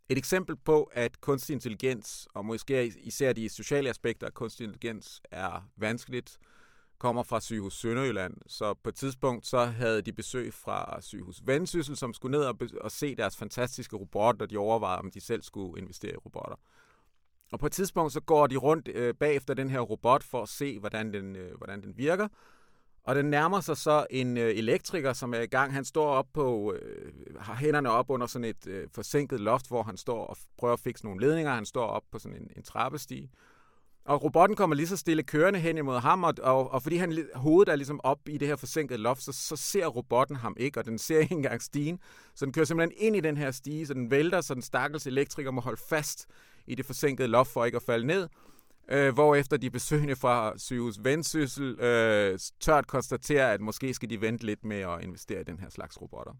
Et eksempel på, at kunstig intelligens, og måske især de sociale aspekter af kunstig intelligens, er vanskeligt, kommer fra Sygehus Sønderjylland. Så på et tidspunkt så havde de besøg fra Sygehus Vendsyssel, som skulle ned og se deres fantastiske robotter, og de overvejede, om de selv skulle investere i robotter. Og på et tidspunkt så går de rundt bagefter den her robot for at se, hvordan den virker. Og den nærmer sig så en elektriker, som er i gang. Han står op har hænderne op under sådan et forsinket loft, hvor han står og prøver at fikse nogle ledninger. Han står op på sådan en trappestige. Og robotten kommer lige så stille kørende hen imod ham, og fordi hovedet er ligesom op i det her forsinkede loft, så ser robotten ham ikke, og den ser ikke engang stigen. Så den kører simpelthen ind i den her stige, så den vælter, så den stakkels elektriker må holde fast i det forsinkede loft for ikke at falde ned. Hvorefter de besøgende fra Sygehus Vendsyssel tørt konstaterer, at måske skal de vente lidt med at investere i den her slags robotter.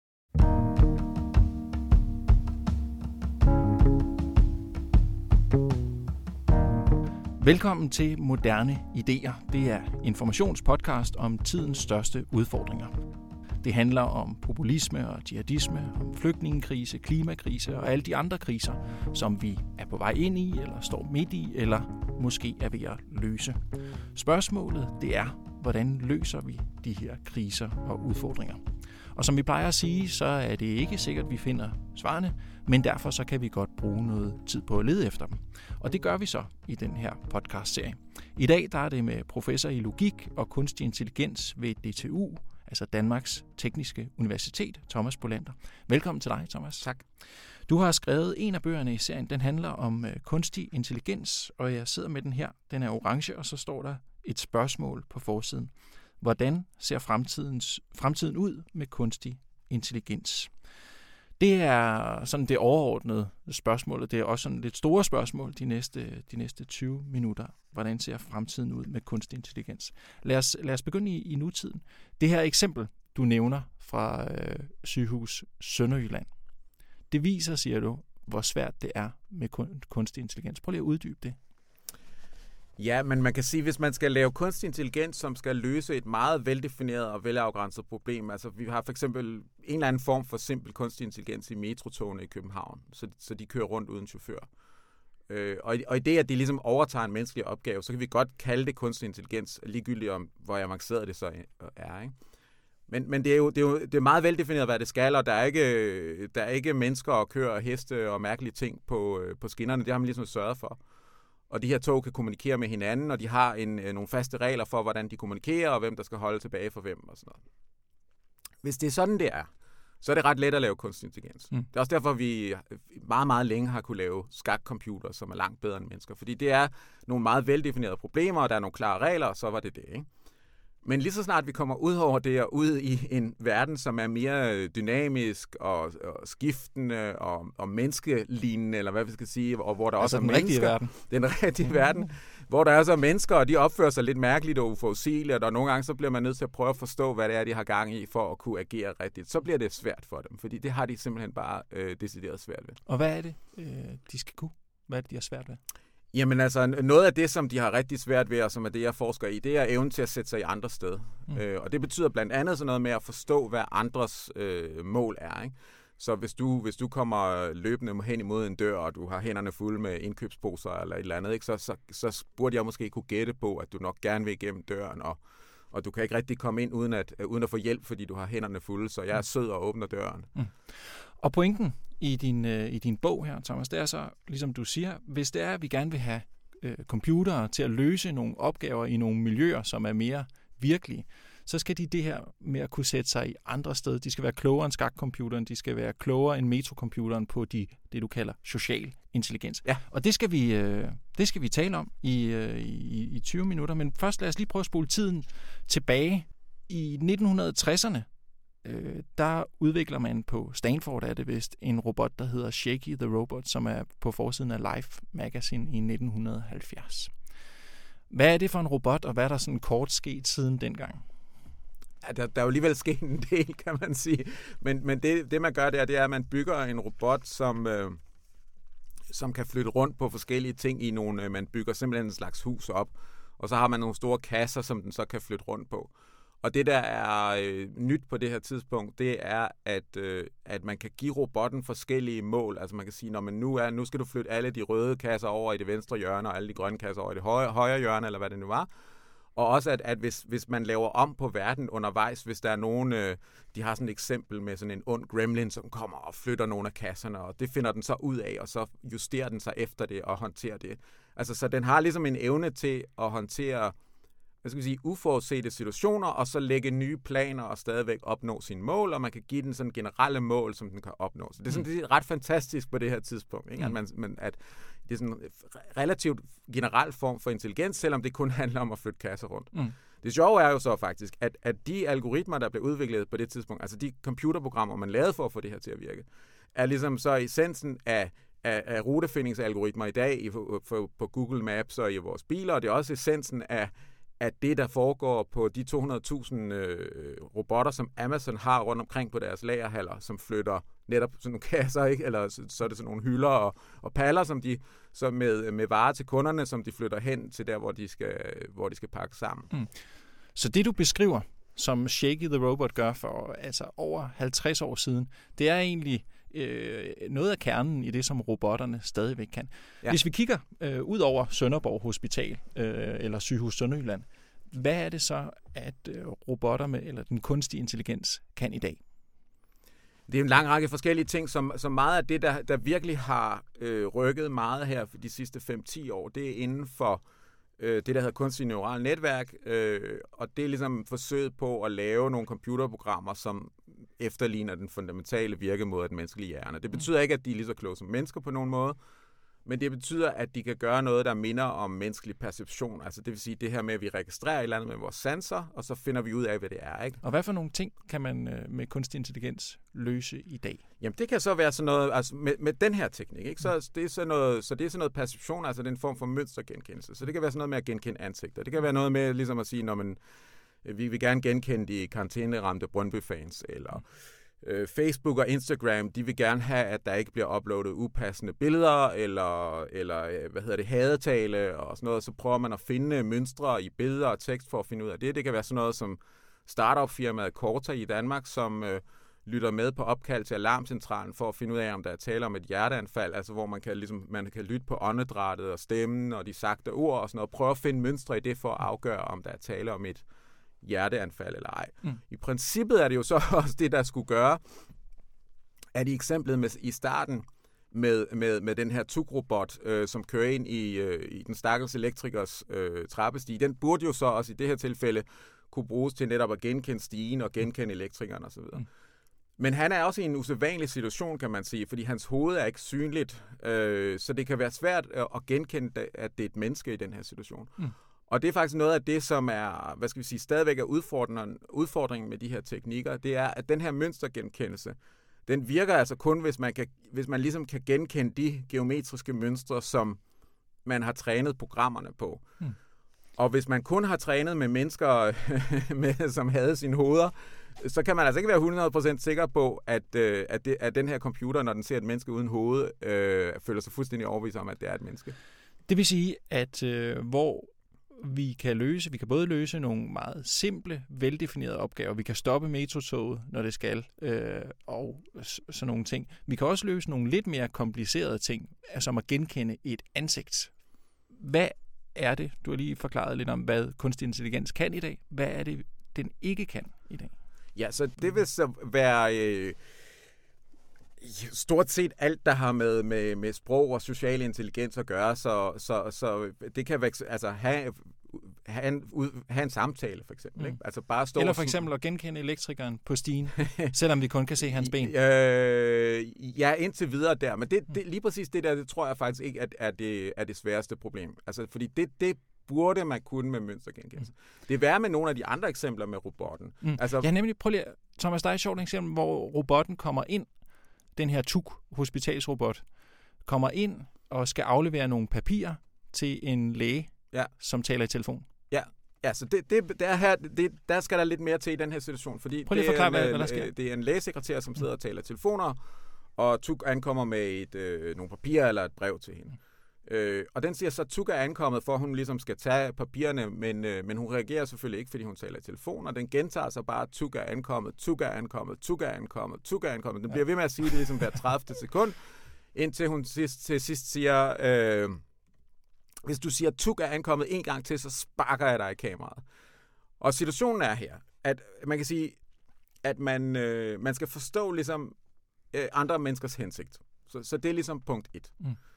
Velkommen til Moderne Idéer. Det er informationspodcast om tidens største udfordringer. Det handler om populisme og jihadisme, om flygtningekrise, klimakrise og alle de andre kriser, som vi er på vej ind i, eller står midt i, eller måske er ved at løse. Spørgsmålet, det er, hvordan løser vi de her kriser og udfordringer? Og som vi plejer at sige, så er det ikke sikkert, at vi finder svarene, men derfor så kan vi godt bruge noget tid på at lede efter dem. Og det gør vi så i den her podcastserie. I dag der er det med professor i logik og kunstig intelligens ved DTU, altså Danmarks Tekniske Universitet, Thomas Bolander. Velkommen til dig, Thomas. Tak. Du har skrevet en af bøgerne i serien, den handler om kunstig intelligens, og jeg sidder med den her. Den er orange, og så står der et spørgsmål på forsiden. Hvordan ser fremtiden ud med kunstig intelligens? Det er sådan det overordnede spørgsmål, det er også sådan lidt store spørgsmål de næste 20 minutter. Hvordan ser fremtiden ud med kunstig intelligens? Lad os begynde i nutiden. Det her eksempel, du nævner fra Sygehus Sønderjylland, det viser, siger du, hvor svært det er med kunstig intelligens. Prøv lige at uddybe det. Ja, men man kan sige, hvis man skal lave kunstig intelligens, som skal løse et meget veldefineret og velafgrænset problem, altså vi har for eksempel en eller anden form for simpel kunstig intelligens i metrotogene i København, så de kører rundt uden chauffør. Og i det, at de ligesom overtager en menneskelig opgave, så kan vi godt kalde det kunstig intelligens, ligegyldigt om, hvor avanceret det så er, ikke? Men det er meget veldefineret, hvad det skal, og der er ikke mennesker og køer og heste og mærkelige ting på skinnerne. Det har man ligesom sørget for. Og de her tog kan kommunikere med hinanden, og de har nogle faste regler for, hvordan de kommunikerer, og hvem der skal holde tilbage for hvem og sådan noget. Hvis det er sådan, det er, så er det ret let at lave kunstig intelligens. Det er også derfor, vi meget, meget længe har kunne lave skakcomputere, som er langt bedre end mennesker. Fordi det er nogle meget veldefinerede problemer, og der er nogle klare regler, og så var det, ikke? Men lige så snart vi kommer ud over det og ud i en verden, som er mere dynamisk og skiftende og menneskelignende, eller hvad vi skal sige, og hvor der også er mennesker. Den rigtige verden. Hvor der også er mennesker, og de opfører sig lidt mærkeligt og uforudsigeligt, og nogle gange så bliver man nødt til at prøve at forstå, hvad det er, de har gang i, for at kunne agere rigtigt. Så bliver det svært for dem, fordi det har de simpelthen bare decideret svært ved. Og hvad er det, de skal kunne? Hvad er det, de har svært ved? Jamen altså, noget af det, som de har rigtig svært ved, og som er det, jeg forsker i, det er evnen til at sætte sig i andre sted. Og det betyder blandt andet sådan noget med at forstå, hvad andres mål er, ikke? Så hvis du kommer løbende hen imod en dør, og du har hænderne fulde med indkøbsposer eller et eller andet, ikke? Så burde jeg måske kunne gætte på, at du nok gerne vil igennem døren, og du kan ikke rigtig komme ind uden at få hjælp, fordi du har hænderne fulde, så jeg er sød og åbner døren. Og pointen i din bog her, Thomas, det er så, ligesom du siger, hvis det er, at vi gerne vil have computere til at løse nogle opgaver i nogle miljøer, som er mere virkelige, så skal de det her med at kunne sætte sig i andre steder. De skal være klogere end skakcomputeren, de skal være klogere end metrocomputeren på det, du kalder social intelligens. Ja. Og det skal vi tale om i 20 minutter, men først lad os lige prøve at spole tiden tilbage. I 1960'erne, der udvikler man på Stanford, er det vist, en robot, der hedder Shaky the Robot, som er på forsiden af Life Magazine i 1970. Hvad er det for en robot, og hvad er der sådan kort sket siden dengang? Ja, der er jo alligevel sket en del, kan man sige. Men det man gør, det er, at man bygger en robot, som kan flytte rundt på forskellige ting i nogle. Man bygger simpelthen en slags hus op, og så har man nogle store kasser, som den så kan flytte rundt på. Og det, der er nyt på det her tidspunkt, det er, at man kan give robotten forskellige mål. Altså man kan sige, nu skal du flytte alle de røde kasser over i det venstre hjørne, og alle de grønne kasser over i det højre hjørne, eller hvad det nu var. Og også, at hvis man laver om på verden undervejs, hvis der er nogen, de har sådan et eksempel med sådan en ond gremlin, som kommer og flytter nogle af kasserne, og det finder den så ud af, og så justerer den sig efter det og håndterer det. Altså, så den har ligesom en evne til at håndtere, uforudsete situationer, og så lægge nye planer og stadigvæk opnå sine mål, og man kan give den sådan generelle mål, som den kan opnå. Så det er sådan det er ret fantastisk på det her tidspunkt, ikke? At det er sådan en relativt generel form for intelligens, selvom det kun handler om at flytte kasser rundt. Det sjove er jo så faktisk, at de algoritmer, der blev udviklet på det tidspunkt, altså de computerprogrammer, man lavede for at få det her til at virke, er ligesom så essensen af rutefindingsalgoritmer i dag på Google Maps og i vores biler, og det er også essensen af det, der foregår på de 200.000 robotter, som Amazon har rundt omkring på deres lagerhaller, som flytter netop sådan nogle kasser, ikke? Eller så er det sådan nogle hylder og paller, som med varer til kunderne, som de flytter hen til der, hvor de skal pakke sammen. Så det, du beskriver, som Shakey the Robot gør for altså over 50 år siden, det er egentlig noget af kernen i det, som robotterne stadigvæk kan. Ja. Hvis vi kigger ud over Sønderborg Hospital eller Sygehus Sønderjylland, hvad er det så, at robotter eller den kunstige intelligens kan i dag? Det er en lang række forskellige ting, som meget af det, der virkelig har rykket meget her for de sidste 5-10 år, det er inden for det, der hedder kunstig neurale netværk, og det er ligesom forsøget på at lave nogle computerprogrammer, som efterligner den fundamentale virkemåde af den menneskelige hjerne. Det betyder ikke, at de er lige så kloge som mennesker på nogen måde, men det betyder, at de kan gøre noget, der minder om menneskelig perception. Altså det vil sige det her med, at vi registrerer et eller andet med vores sanser, og så finder vi ud af, hvad det er, ikke? Og hvad for nogle ting kan man med kunstig intelligens løse i dag? Jamen det kan så være sådan noget, altså med den her teknik, ikke? Så det er sådan noget perception, altså det er en form for mønstergenkendelse. Så det kan være sådan noget med at genkende ansigter. Det kan være noget med ligesom at sige, når man vi vil gerne genkende de karantæneramte Brøndby-fans, eller Facebook og Instagram, de vil gerne have, at der ikke bliver uploadet upassende billeder, eller hadetale og sådan noget. Så prøver man at finde mønstre i billeder og tekst for at finde ud af det. Det kan være sådan noget som startup-firmaet Corta i Danmark, som lytter med på opkald til alarmcentralen for at finde ud af, om der er tale om et hjerteanfald, altså hvor man kan lytte på åndedrættet og stemmen og de sagte ord og sådan noget, prøve at finde mønstre i det for at afgøre, om der er tale om et hjerteanfald eller ej. I princippet er det jo så også det, der skulle gøre, at i eksemplet i starten med den her tugrobot, som kører ind i den stakkels elektrikers trappestige, den burde jo så også i det her tilfælde kunne bruges til netop at genkende stigen og genkende elektrikeren osv. Men han er også i en usædvanlig situation, kan man sige, fordi hans hoved er ikke synligt, så det kan være svært at genkende, at det er et menneske i den her situation. Og det er faktisk noget af det, som er, stadigvæk er udfordringen med de her teknikker, det er, at den her mønstergenkendelse, den virker altså kun, hvis man ligesom kan genkende de geometriske mønstre, som man har trænet programmerne på. Og hvis man kun har trænet med mennesker, som havde sine hoveder, så kan man altså ikke være 100% sikker på, at den her computer, når den ser et menneske uden hoved, føler sig fuldstændig overbevist om, at det er et menneske. Det vil sige, at hvor vi kan både løse nogle meget simple, veldefinerede opgaver. Vi kan stoppe metrotoget, når det skal, og sådan nogle ting. Vi kan også løse nogle lidt mere komplicerede ting, som at genkende et ansigt. Hvad er det? Du har lige forklaret lidt om, hvad kunstig intelligens kan i dag. Hvad er det, den ikke kan i dag? Ja, så det vil så være stort set alt, der har med sprog og social intelligens at gøre, så det kan have en samtale, for eksempel. Ikke? Altså bare stå eller for eksempel at genkende elektrikeren på stigen, selvom vi kun kan se hans ben. Ja, indtil videre der. Men det lige præcis det der, det tror jeg faktisk ikke er det sværeste problem. Altså, fordi det burde man kunne med mønstergenkendelse. Det er værre med nogle af de andre eksempler med robotten. Altså, ja, nemlig, prøv lige, Thomas, der er et sjovt eksempel, hvor robotten kommer ind, den her TUC hospitalsrobot, kommer ind og skal aflevere nogle papirer til en læge, som taler i telefon. Ja, så der skal der lidt mere til i den her situation, fordi prøv lige at forklare, hvad der sker. Det er en lægesekretær, som sidder og taler telefoner, og TUC ankommer med nogle papirer eller et brev til hende. Og den siger så, at Tuka er ankommet, for hun ligesom skal tage papirerne, men hun reagerer selvfølgelig ikke, fordi hun taler i telefon, og den gentager sig bare, Tuka er ankommet, Tuka er ankommet, Tuka er ankommet, Tuka er ankommet. Den bliver ved med at sige det ligesom hver 30. sekund, indtil hun til sidst siger, hvis du siger, Tuka er ankommet en gang til, så sparker jeg dig i kameraet. Og situationen er her, at man kan sige, at man skal forstå ligesom andre menneskers hensigt. Så det er ligesom punkt 1.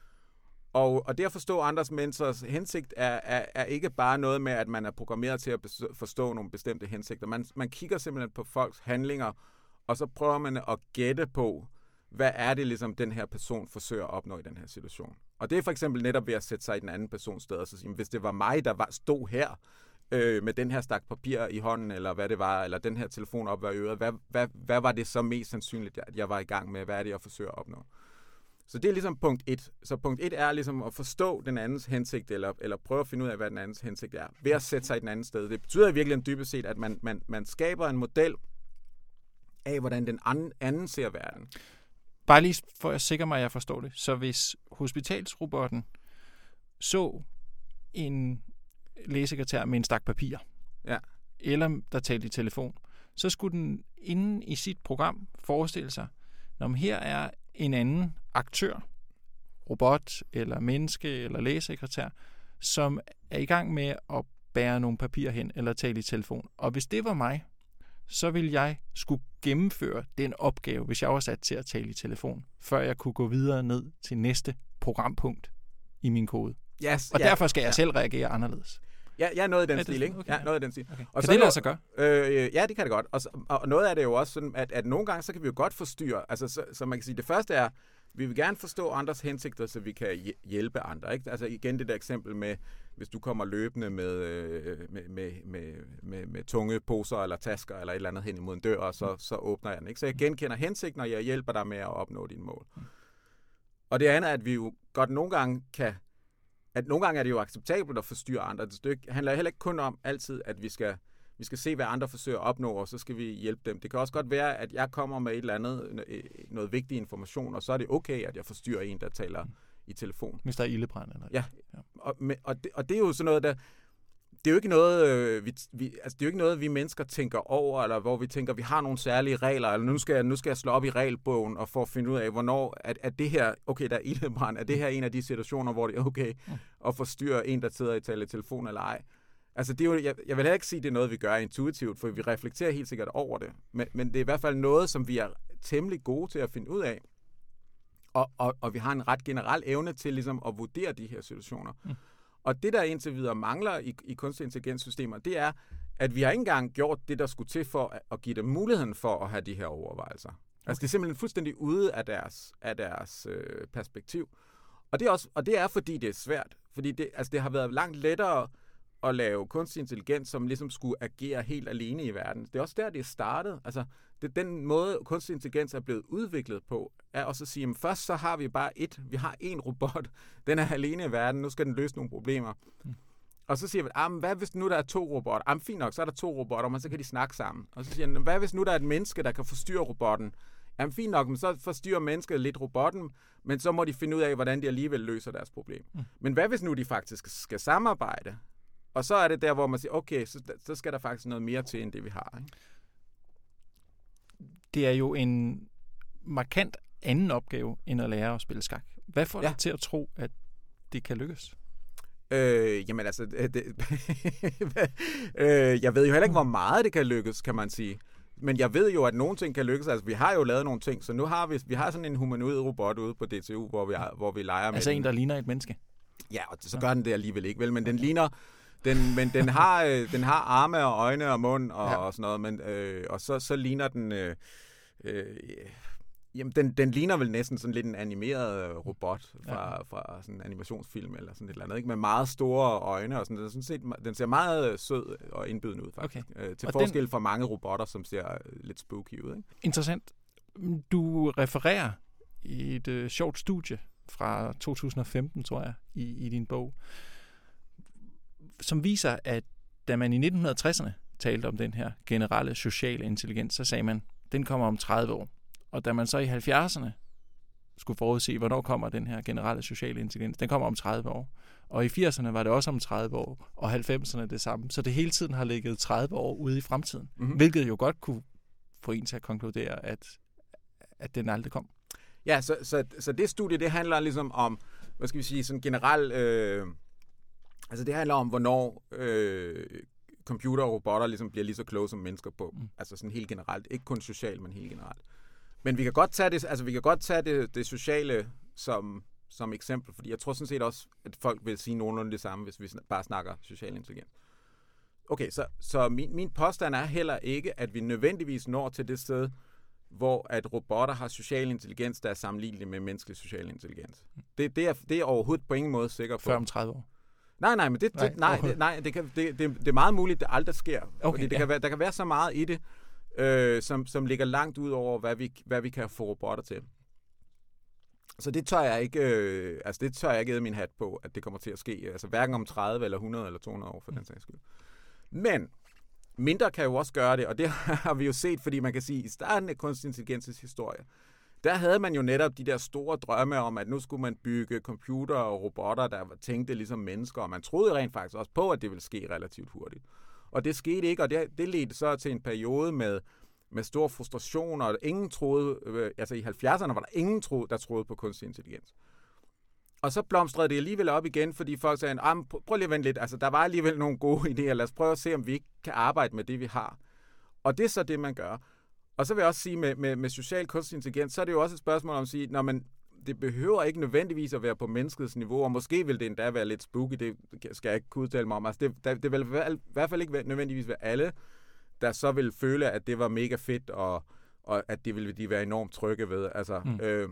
Og det at forstå andres menneskers hensigt er ikke bare noget med, at man er programmeret til at forstå nogle bestemte hensigter. Man kigger simpelthen på folks handlinger, og så prøver man at gætte på, hvad er det ligesom, den her person forsøger at opnå i den her situation. Og det er for eksempel netop ved at sætte sig i den anden persons sted og så sige, hvis det var mig, der stod her med den her stak papir i hånden, eller hvad det var, eller den her telefon op ad øret, hvad var det så mest sandsynligt, at jeg var i gang med? Hvad er det, jeg forsøger at opnå? Så det er ligesom punkt 1. Så punkt 1 er ligesom at forstå den andens hensigt, eller prøve at finde ud af, hvad den andens hensigt er, ved at sætte sig i den anden sted. Det betyder i virkeligheden dybest set, at man skaber en model af, hvordan den anden ser verden. Bare lige for at sikre mig, at jeg forstår det. Så hvis hospitalsrobotten så en lægesekretær med en stak papir, eller der talte i telefon, så skulle den inde i sit program forestille sig, når her er en anden aktør, robot eller menneske eller lægesekretær, som er i gang med at bære nogle papirer hen eller tale i telefon. Og hvis det var mig, så ville jeg skulle gennemføre den opgave, hvis jeg var sat til at tale i telefon, før jeg kunne gå videre ned til næste programpunkt i min kode. Yes, og derfor skal jeg selv reagere anderledes. Ja, jeg er noget i den stil, ikke? Okay. Ja, noget i den stil. Okay. Og kan det lade sig gøre? Ja, det kan det godt. Og noget af det er jo også sådan, at nogle gange, så kan vi jo godt forstyrre. Altså, så man kan sige, det første er, vi vil gerne forstå andres hensigter, så vi kan hjælpe andre, ikke? Altså igen det der eksempel med, hvis du kommer løbende med tunge poser eller tasker eller et eller andet hen imod en dør, og så åbner jeg den, ikke? Så jeg genkender hensigten, når jeg hjælper dig med at opnå dine mål. Og det andet er, at vi jo godt nogle gange er det jo acceptabelt at forstyrre andre. Det handler heller ikke kun om altid, at vi skal se, hvad andre forsøger at opnå, og så skal vi hjælpe dem. Det kan også godt være, at jeg kommer med et eller andet, noget vigtig information, og så er det okay, at jeg forstyrrer en, der taler i telefon. Hvis der er ildebrand. Eller? Ja. Og det er jo sådan noget, der... Det er jo ikke noget, det er jo ikke noget, vi mennesker tænker over, eller hvor vi tænker, vi har nogle særlige regler, eller nu skal jeg slå op i regelbogen og få at finde ud af, hvornår er det her, okay, der er ildebrand, er det her en af de situationer, hvor det er okay at forstyrre en, der sidder og taler i telefon eller ej. Altså, det er jo, jeg vil heller ikke sige, at det er noget, vi gør intuitivt, for vi reflekterer helt sikkert over det. Men det er i hvert fald noget, som vi er temmelig gode til at finde ud af. Og vi har en ret generel evne til ligesom at vurdere de her situationer. Og det, der indtil videre mangler i kunstig intelligenssystemer, det er, at vi har ikke engang gjort det, der skulle til for at give dem muligheden for at have de her overvejelser. Okay. Altså, det er simpelthen fuldstændig ude af deres perspektiv. Og det er, fordi det er svært. Fordi det har været langt lettere at lave kunstig intelligens, som ligesom skulle agere helt alene i verden. Det er også der, det er startet. Altså, den måde, kunstig intelligens er blevet udviklet på, er også at sige, at først så har vi bare vi har én robot, den er alene i verden, nu skal den løse nogle problemer. Og så siger vi, hvad hvis nu der er 2 robotter? Fint nok, så er der 2 robotter, men så kan de snakke sammen. Og så siger den, hvad hvis nu der er et menneske, der kan forstyrre robotten? Fint nok, men så forstyrrer mennesket lidt robotten, men så må de finde ud af, hvordan de alligevel løser deres problem. Men hvad hvis nu de faktisk skal samarbejde? Og så er det der, hvor man siger, okay, så skal der faktisk noget mere til, end det vi har, ikke? Det er jo en markant anden opgave, end at lære at spille skak. Hvad får dig til at tro, at det kan lykkes? Jamen altså, jeg ved jo heller ikke, hvor meget det kan lykkes, kan man sige. Men jeg ved jo, at nogle ting kan lykkes. Altså, vi har jo lavet nogle ting, så nu har vi har sådan en humanoid robot ude på DTU, hvor vi leger med altså en, der ligner et menneske? Ja, og så gør den det alligevel ikke, vel? Men den ligner... Den har arme og øjne og mund og sådan noget, men og så ligner den den ligner vel næsten sådan lidt en animeret robot fra sådan en animationsfilm eller sådan et eller andet, ikke, med meget store øjne og sådan. Den ser meget sød og indbydende ud faktisk. Okay. Til forskel fra mange robotter, som ser lidt spooky ud, ikke? Interessant. Du refererer i et sjovt studie fra 2015, tror jeg, i din bog, som viser, at da man i 1960'erne talte om den her generelle sociale intelligens, så sagde man, den kommer om 30 år. Og da man så i 70'erne skulle forudse, hvornår kommer den her generelle sociale intelligens. Den kommer om 30 år. Og i 80'erne var det også om 30 år, og 90'erne det samme. Så det hele tiden har ligget 30 år ude i fremtiden, hvilket jo godt kunne få en til at konkludere, at den aldrig kom. Ja, så det studie, det handler ligesom om, hvad skal vi sige, sådan generelt, altså det handler om, hvornår computer og robotter ligesom bliver lige så kloge som mennesker på, altså sådan helt generelt, ikke kun socialt, men helt generelt. Men vi kan godt tage det sociale som eksempel, fordi jeg tror sådan set også, at folk vil sige nogenlunde det samme, hvis vi bare snakker social intelligens. Okay, så min påstand er heller ikke, at vi nødvendigvis når til det sted, hvor at robotter har social intelligens, der er sammenlignelig med menneskelig social intelligens. Det er overhovedet på ingen måde sikker på. Før om 30 år? Nej, men det er meget muligt, det aldrig sker. Okay, fordi der kan være så meget i det, som ligger langt ud over, hvad vi kan få robotter til. Så det tør jeg ikke æde min hat på, at det kommer til at ske. Altså hverken om 30 eller 100 eller 200 år for den sags skyld. Men mindre kan jo også gøre det, og det har vi jo set, fordi man kan sige, at i starten af kunstig intelligens' historie, der havde man jo netop de der store drømme om, at nu skulle man bygge computer og robotter, der tænkte ligesom mennesker, og man troede rent faktisk også på, at det ville ske relativt hurtigt. Og det skete ikke, og det ledte så til en periode med stor frustration, og ingen troede, altså i 70'erne var der ingen, der troede på kunstig intelligens. Og så blomstrede det alligevel op igen, fordi folk sagde, prøv lige at vente lidt, altså der var alligevel nogle gode idéer, lad os prøve at se, om vi ikke kan arbejde med det, vi har. Og det er så det, man gør. Og så vil jeg også sige, med social kunstig intelligens, så er det jo også et spørgsmål om at sige, det behøver ikke nødvendigvis at være på menneskets niveau, og måske vil det endda være lidt spooky, det skal jeg ikke kunne udtale mig om. Altså det vil i hvert fald ikke nødvendigvis være alle, der så vil føle, at det var mega fedt, og at det ville de være enormt trygge ved. Altså,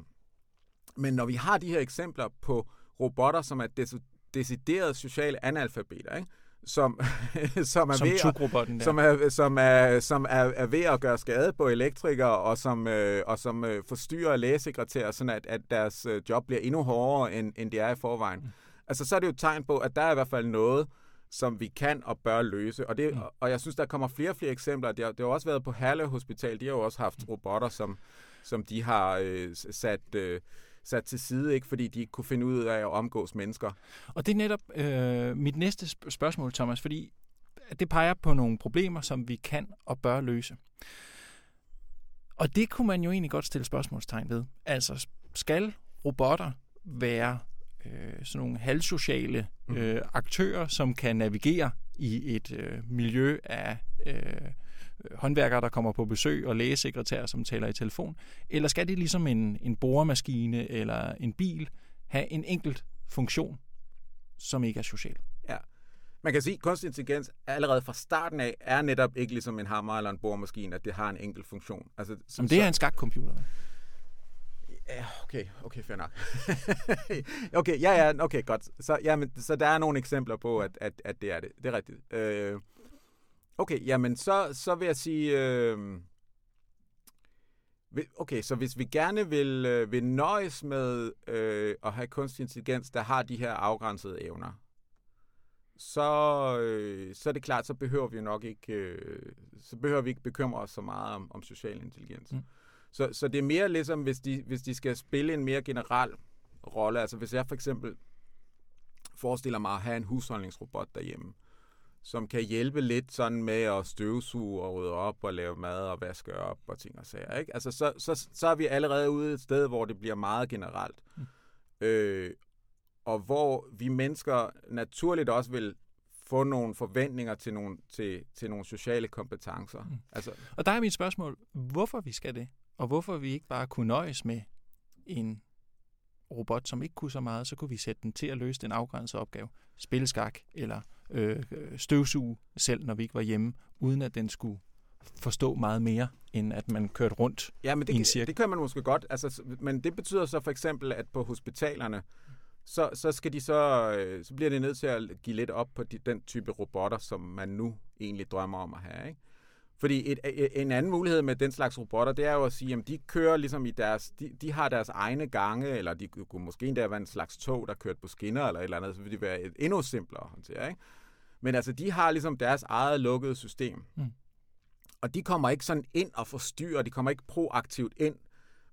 men når vi har de her eksempler på robotter, som er deciderede sociale analfabeter, ikke? Som er ved at gøre skade på elektrikere, og som forstyrrer lægesekretærer, sådan at deres job bliver endnu hårdere, end de er i forvejen. Altså, så er det jo et tegn på, at der er i hvert fald noget, som vi kan og bør løse. Og jeg synes, der kommer flere og flere eksempler. Det har også været på Herlev Hospital. De har jo også haft robotter, som de har sat til side, ikke, fordi de ikke kunne finde ud af at omgås mennesker. Og det er netop mit næste spørgsmål, Thomas, fordi det peger på nogle problemer, som vi kan og bør løse. Og det kunne man jo egentlig godt stille spørgsmålstegn ved. Altså, skal robotter være sådan nogle halvsociale aktører, som kan navigere i et miljø af håndværkere, der kommer på besøg, og lægesekretærer, som taler i telefon? Eller skal det ligesom en boremaskine eller en bil have en enkelt funktion, som ikke er social? Ja. Man kan sige, at kunstig intelligens allerede fra starten af er netop ikke ligesom en hammer eller en boremaskine, at det har en enkelt funktion. Altså, det er en skakcomputer. Ja, okay, fair nok. Okay, godt. Så der er nogle eksempler på, at det er det. Det er rigtigt. Okay, jamen så vil jeg sige, okay, så hvis vi gerne vil nøjes med at have kunstig intelligens, der har de her afgrænsede evner, så er det klart, så behøver vi nok ikke, bekymre os så meget om social intelligens. Så det er mere ligesom, hvis de skal spille en mere generel rolle. Altså hvis jeg for eksempel forestiller mig at have en husholdningsrobot derhjemme, som kan hjælpe lidt sådan med at støvsuge og rydde op og lave mad og vaske op og ting og sager, ikke? Altså så er vi allerede ude et sted, hvor det bliver meget generelt. Og hvor vi mennesker naturligt også vil få nogle forventninger til nogle sociale kompetencer. Altså. Og der er mit spørgsmål, hvorfor vi skal det? Og hvorfor vi ikke bare kunne nøjes med en robot, som ikke kunne så meget, så kunne vi sætte den til at løse den afgrænsede opgave. Spille skak eller støvsuge selv, når vi ikke var hjemme, uden at den skulle forstå meget mere, end at man kørte rundt i en cirkel. Det kan man måske godt. Altså, men det betyder så for eksempel, at på hospitalerne, så bliver det nødt til at give lidt op på den type robotter, som man nu egentlig drømmer om at have, ikke? Fordi en anden mulighed med den slags robotter, det er jo at sige, at de kører ligesom i de har deres egne gange, eller de kunne måske endda være en slags tog, der kørte på skinner, eller et eller andet, så vil det være endnu simplere at håndtere, ikke? Men altså, de har ligesom deres eget lukkede system. Og de kommer ikke sådan ind og forstyrrer, de kommer ikke proaktivt ind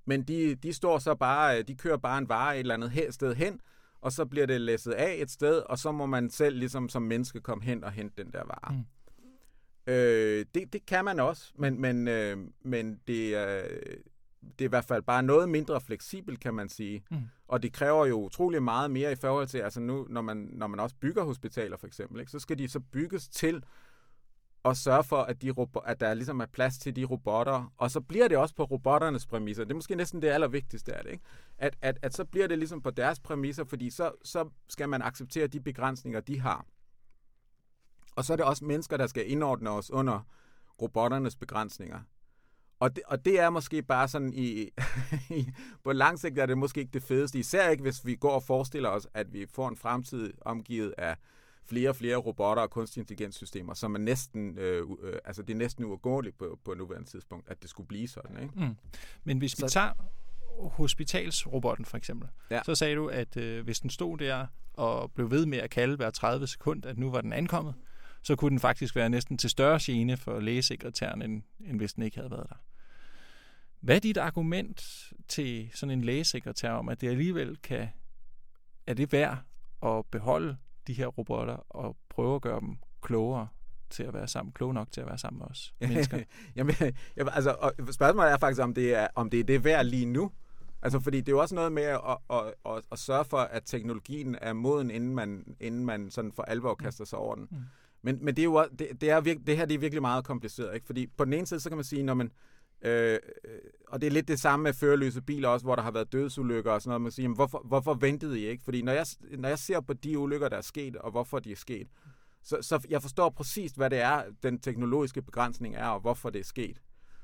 Men de står så bare, de kører bare en vare et eller andet sted hen, og så bliver det læsset af et sted, og så må man selv ligesom som menneske komme hen og hente den der vare. Mm. Det kan man også, men det er i hvert fald bare noget mindre fleksibelt, kan man sige. Mm. Og det kræver jo utrolig meget mere i forhold til, altså nu, når man også bygger hospitaler for eksempel, ikke, så skal de så bygges til at sørge for, at der ligesom er plads til de robotter, og så bliver det også på robotternes præmisser. Det er måske næsten det allervigtigste af det, ikke? At så bliver det ligesom på deres præmisser, fordi så skal man acceptere de begrænsninger, de har. Og så er det også mennesker, der skal indordne os under robotternes begrænsninger. Og det er måske bare sådan på lang sigt er det måske ikke det fedeste, især ikke hvis vi går og forestiller os, at vi får en fremtid omgivet af flere og flere robotter og kunstig intelligenssystemer, som er næsten, altså det er næsten uundgåeligt på nuværende tidspunkt, at det skulle blive sådan, ikke? Mm. Men hvis vi tager hospitalsrobotten for eksempel, så sagde du, at hvis den stod der og blev ved med at kalde hver 30 sekund, at nu var den ankommet, så kunne den faktisk være næsten til større gene for lægesekretæren, end hvis den ikke havde været der. Hvad er dit argument til sådan en lægesekretær om, at det alligevel er det værd at beholde de her robotter og prøve at gøre dem klogere til at være sammen, kloge nok til at være sammen med os mennesker? Jamen, altså, spørgsmålet er faktisk, om det er det værd lige nu. Altså, fordi det er jo også noget med at sørge for, at teknologien er moden, inden man sådan for alvor kaster sig over den. Men det er jo det her det er virkelig meget kompliceret, ikke? Fordi på den ene side, så kan man sige, når man og det er lidt det samme med førerløse biler også, hvor der har været dødsulykker og sådan noget. Man siger, jamen, hvorfor ventede I ikke? Fordi når jeg ser på de ulykker, der er sket, og hvorfor de er sket, så jeg forstår præcis, hvad det er, den teknologiske begrænsning er, og hvorfor det er sket.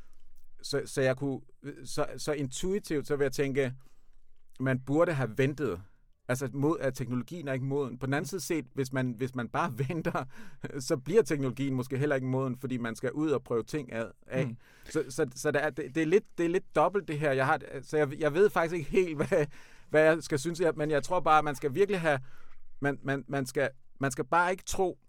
Så intuitivt, så vil jeg tænke, man burde have ventet. Altså, at teknologien er ikke moden. På den anden side set, hvis man bare venter, så bliver teknologien måske heller ikke moden, fordi man skal ud og prøve ting af. Mm. Så det er lidt dobbelt det her. Jeg ved faktisk ikke helt, hvad jeg skal synes, men jeg tror bare, at man skal virkelig have... Man skal bare ikke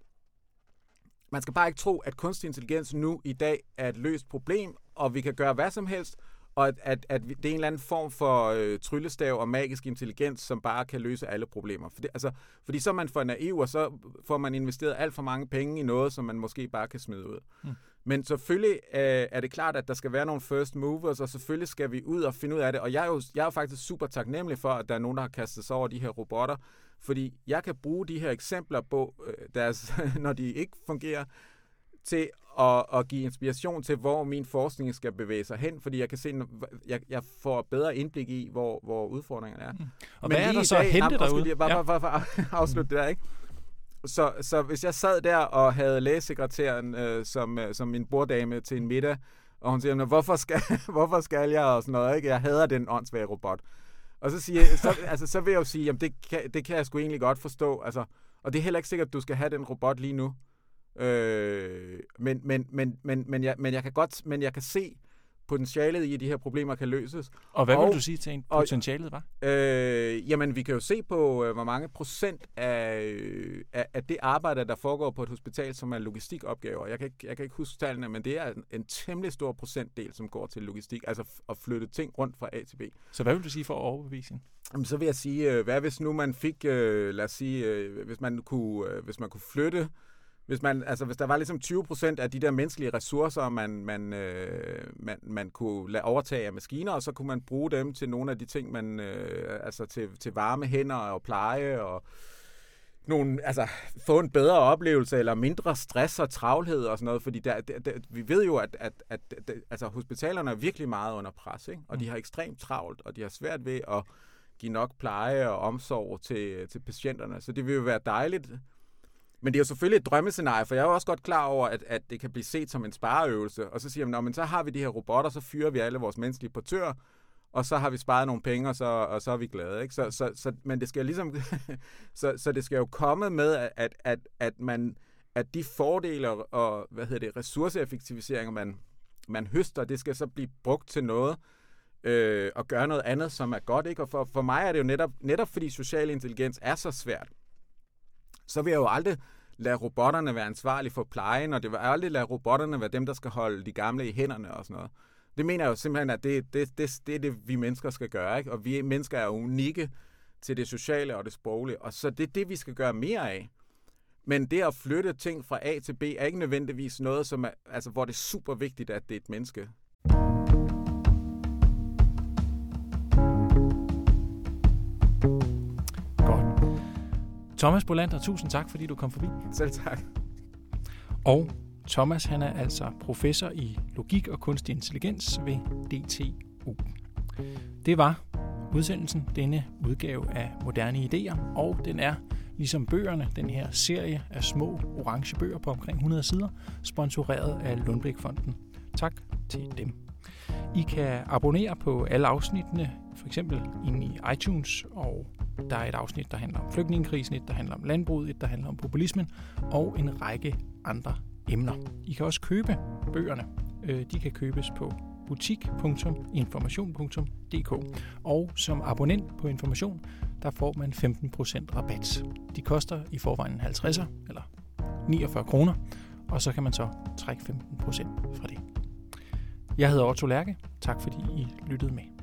tro, at kunstig intelligens nu i dag er et løst problem, og vi kan gøre hvad som helst, og at det er en eller anden form for tryllestav og magisk intelligens, som bare kan løse alle problemer. Fordi så er man for naiv, og så får man investeret alt for mange penge i noget, som man måske bare kan smide ud. Mm. Men selvfølgelig er det klart, at der skal være nogle first movers, og selvfølgelig skal vi ud og finde ud af det. Og jeg er jo faktisk super taknemmelig for, at der er nogen, der har kastet sig over de her robotter, fordi jeg kan bruge de her eksempler på, når de ikke fungerer, til at give inspiration til, hvor min forskning skal bevæge sig hen, fordi jeg kan se, jeg får bedre indblik i, hvor udfordringerne er. Mm. Og hvad er der så at hente derude? Bare afslutte det der, ikke? Så hvis jeg sad der og havde lægesekretæren som min borddame til en middag, og hun siger, hvorfor skal jeg og sådan noget, ikke? Jeg hader den åndssvage robot. Og så siger så vil jeg jo sige, jamen det kan jeg sgu egentlig godt forstå, altså, og det er heller ikke sikkert, at du skal have den robot lige nu. Men jeg kan se potentialet i, at de her problemer kan løses. Og hvad vil du sige til potentialet var? Jamen, vi kan jo se på, hvor mange procent af det arbejde, der foregår på et hospital, som er logistikopgaver. Jeg kan ikke huske tallene, men det er en temmelig stor procentdel, som går til logistik, altså at flytte ting rundt fra A til B. Så hvad vil du sige for overbevisning? Jamen, så vil jeg sige, hvad hvis nu man fik, lad os sige, hvis man kunne flytte. Hvis der var ligesom 20% af de der menneskelige ressourcer, man kunne lade overtage af maskiner, og så kunne man bruge dem til nogle af de ting, til varme hænder og pleje og få en bedre oplevelse eller mindre stress og travlhed og sådan noget, fordi vi ved jo, at hospitalerne er virkelig meget under pres, ikke? Og de har ekstremt travlt, og de har svært ved at give nok pleje og omsorg til patienterne, så det vil jo være dejligt. Men det er jo selvfølgelig et drømmescenarie, for jeg er jo også godt klar over, at det kan blive set som en spareøvelse. Og så siger man, men så har vi de her robotter, så fyrer vi alle vores menneskelige portører, og så har vi sparet nogle penge, og så er vi glade. Ikke? Men det skal ligesom, så det skal jo komme med, at de fordele og ressourceeffektiviseringer, man høster, det skal så blive brugt til noget, og gøre noget andet, som er godt. Ikke? Og for mig er det jo netop fordi social intelligens er så svært, så vil jeg jo aldrig lade robotterne være ansvarlige for plejen, og det vil aldrig lade robotterne være dem, der skal holde de gamle i hænderne og sådan noget. Det mener jeg jo simpelthen, at det er det, vi mennesker skal gøre, ikke? Og vi mennesker er unikke til det sociale og det sproglige, og så det er det, vi skal gøre mere af. Men det at flytte ting fra A til B er ikke nødvendigvis noget, som er, altså, hvor det er super vigtigt, at det er et menneske. Godt. Thomas Bolander, tusind tak, fordi du kom forbi. Selv tak. Og Thomas, han er altså professor i logik og kunstig intelligens ved DTU. Det var udsendelsen, denne udgave af Moderne Idéer, og den er, ligesom bøgerne, den her serie af små orange bøger på omkring 100 sider, sponsoreret af Lundbeck-fonden. Tak til dem. I kan abonnere på alle afsnittene, for eksempel inde i iTunes, og der er et afsnit, der handler om flygtningekrisen, et, der handler om landbruget, et, der handler om populismen, og en række andre emner. I kan også købe bøgerne. De kan købes på butik.information.dk. Og som abonnent på Information, der får man 15% rabat. De koster i forvejen 50'er, eller 49 kroner, og så kan man så trække 15% fra det. Jeg hedder Otto Lærke. Tak fordi I lyttede med.